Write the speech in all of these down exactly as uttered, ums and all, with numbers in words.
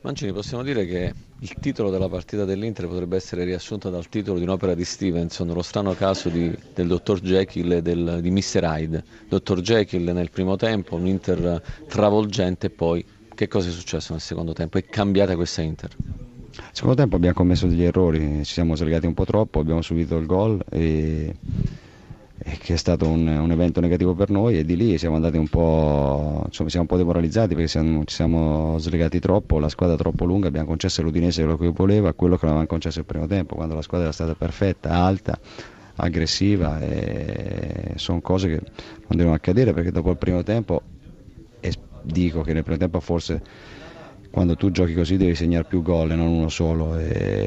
Mancini, possiamo dire che il titolo della partita dell'Inter potrebbe essere riassunto dal titolo di un'opera di Stevenson, lo strano caso di- del dottor Jekyll e del- di mister Hyde. dottor Jekyll nel primo tempo, un Inter travolgente, e poi che cosa è successo nel secondo tempo? È cambiata questa Inter? Secondo tempo abbiamo commesso degli errori, ci siamo slegati un po' troppo, abbiamo subito il gol e, e che è stato un, un evento negativo per noi, e di lì siamo andati un po', insomma, siamo un po' demoralizzati perché siamo- ci siamo slegati troppo, la squadra troppo lunga, abbiamo concesso all'Udinese quello che voleva, quello che non avevamo concesso il primo tempo, quando la squadra era stata perfetta, alta, aggressiva, e sono cose che non devono accadere, perché dopo il primo tempo, e dico che nel primo tempo forse quando tu giochi così devi segnare più gol e non uno solo,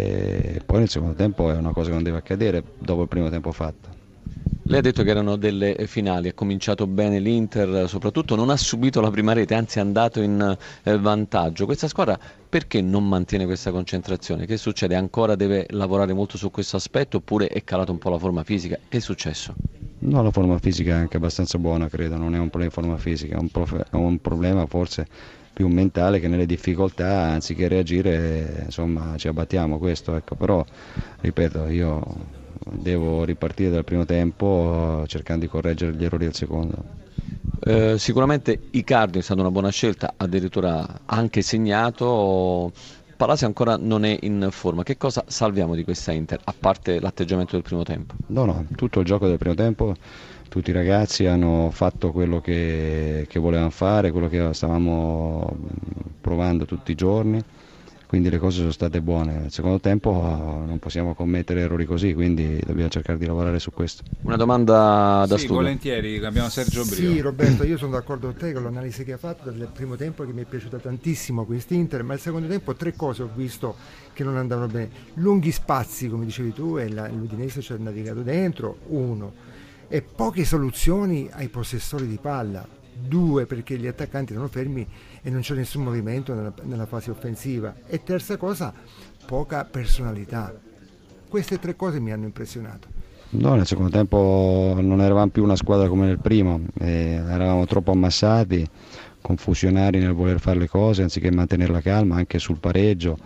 e poi nel secondo tempo è una cosa che non deve accadere dopo il primo tempo fatto. Lei ha detto che erano delle finali, ha cominciato bene l'Inter, soprattutto non ha subito la prima rete, anzi è andato in eh, vantaggio. Questa squadra perché non mantiene questa concentrazione? Che succede? Ancora deve lavorare molto su questo aspetto oppure è calata un po' la forma fisica? Che è successo? No, la forma fisica è anche abbastanza buona, credo, non è un problema di forma fisica, è un, profe- è un problema forse più mentale, che nelle difficoltà anziché reagire insomma ci abbattiamo, questo, ecco. Però ripeto, io devo ripartire dal primo tempo cercando di correggere gli errori del secondo. Eh, sicuramente Icardi è stata una buona scelta, addirittura anche segnato. Palazzo ancora non è in forma. Che cosa salviamo di questa Inter, a parte l'atteggiamento del primo tempo? No, no, tutto il gioco del primo tempo, tutti i ragazzi hanno fatto quello che, che volevano fare, quello che stavamo provando tutti i giorni, quindi le cose sono state buone. Nel secondo tempo non possiamo commettere errori così, quindi dobbiamo cercare di lavorare su questo. Una domanda da Sì, studio. volentieri, abbiamo Sergio Brio. Sì, Roberto, io sono d'accordo con te con l'analisi che hai fatto del primo tempo, che mi è piaciuta tantissimo quest'Inter, ma il secondo tempo tre cose ho visto che non andavano bene. Lunghi spazi, come dicevi tu, e la- l'Udinese ci ha navigato dentro, uno, e poche soluzioni ai possessori di palla, due, perché gli attaccanti erano fermi e non c'è nessun movimento nella, nella fase offensiva, e terza cosa, poca personalità. Queste tre cose mi hanno impressionato. No, nel secondo tempo non eravamo più una squadra come nel primo, eh, eravamo troppo ammassati, confusionari nel voler fare le cose anziché mantenere la calma anche sul pareggio.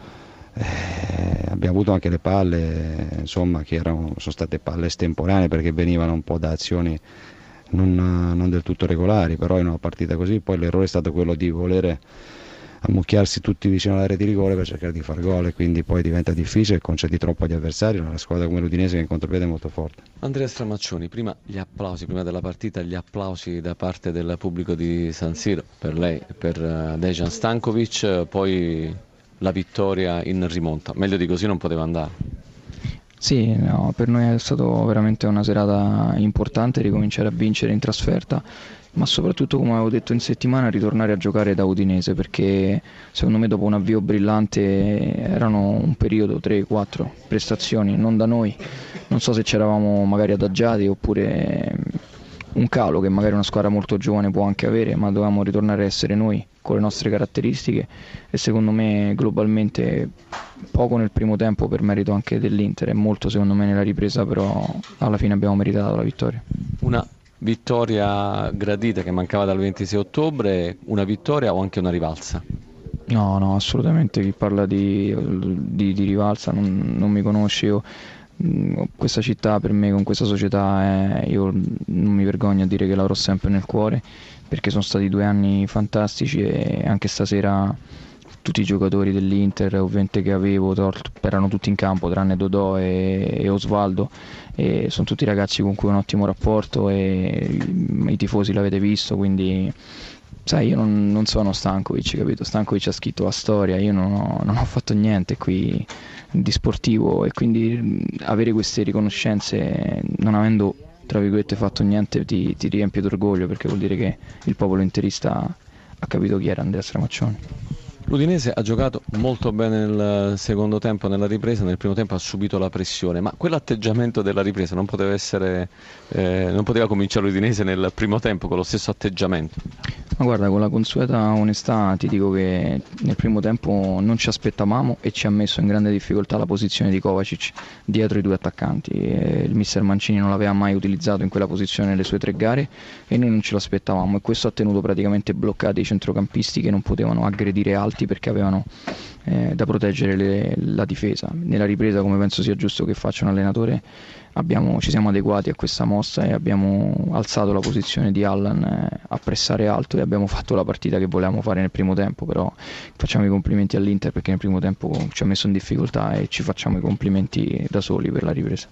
Eh, abbiamo avuto anche le palle, insomma, che erano, sono state palle estemporanee perché venivano un po' da azioni non, non del tutto regolari, però in una partita così poi l'errore è stato quello di volere ammucchiarsi tutti vicino alla rete di rigore per cercare di far gol, e quindi poi diventa difficile, concedi troppo agli avversari, una squadra come l'Udinese che in contropiede è molto forte. Andrea Stramaccioni, prima gli applausi, prima della partita gli applausi da parte del pubblico di San Siro per lei e per eh, Dejan Stankovic, poi la vittoria in rimonta, meglio di così non poteva andare. Sì, no, per noi è stato veramente una serata importante ricominciare a vincere in trasferta, ma soprattutto, come avevo detto in settimana, ritornare a giocare da Udinese, perché secondo me dopo un avvio brillante erano un periodo, tre quattro prestazioni, non da noi, non so se ci eravamo magari adagiati oppure un calo che magari una squadra molto giovane può anche avere, ma dovevamo ritornare a essere noi con le nostre caratteristiche, e secondo me globalmente poco nel primo tempo per merito anche dell'Inter e molto secondo me nella ripresa, però alla fine abbiamo meritato la vittoria. Una vittoria gradita che mancava dal ventisei ottobre, una vittoria o anche una rivalsa? No, no, assolutamente, chi parla di, di, di rivalsa non, non mi conosce. Io, mh, questa città per me, con questa società, è, io non mi vergogno a dire che l'avrò sempre nel cuore, perché sono stati due anni fantastici, e anche stasera tutti i giocatori dell'Inter ovviamente che avevo tolto, erano tutti in campo tranne Dodò e, e Osvaldo, e sono tutti ragazzi con cui ho un ottimo rapporto, e i, i tifosi l'avete visto, quindi sai, io non, non sono Stankovic, capito? Stankovic ha scritto la storia, io non ho, non ho fatto niente qui di sportivo, e quindi avere queste riconoscenze non avendo tra virgolette fatto niente ti, ti riempie d'orgoglio, perché vuol dire che il popolo interista ha capito chi era Andrea Stramaccioni. L'Udinese ha giocato molto bene nel secondo tempo, nella ripresa, nel primo tempo ha subito la pressione, ma quell'atteggiamento della ripresa non poteva essere, eh, non poteva cominciare l'Udinese nel primo tempo con lo stesso atteggiamento? Ma guarda, con la consueta onestà ti dico che nel primo tempo non ci aspettavamo, e ci ha messo in grande difficoltà la posizione di Kovacic dietro i due attaccanti. E il mister Mancini non l'aveva mai utilizzato in quella posizione nelle sue tre gare, e noi non ce l'aspettavamo, e questo ha tenuto praticamente bloccati i centrocampisti che non potevano aggredire altri alti perché avevano eh, da proteggere le, la difesa. Nella ripresa, come penso sia giusto che faccia un allenatore, abbiamo, ci siamo adeguati a questa mossa e abbiamo alzato la posizione di Allan eh, a pressare alto e abbiamo fatto la partita che volevamo fare nel primo tempo. Però facciamo i complimenti all'Inter perché nel primo tempo ci ha messo in difficoltà e ci facciamo i complimenti da soli per la ripresa.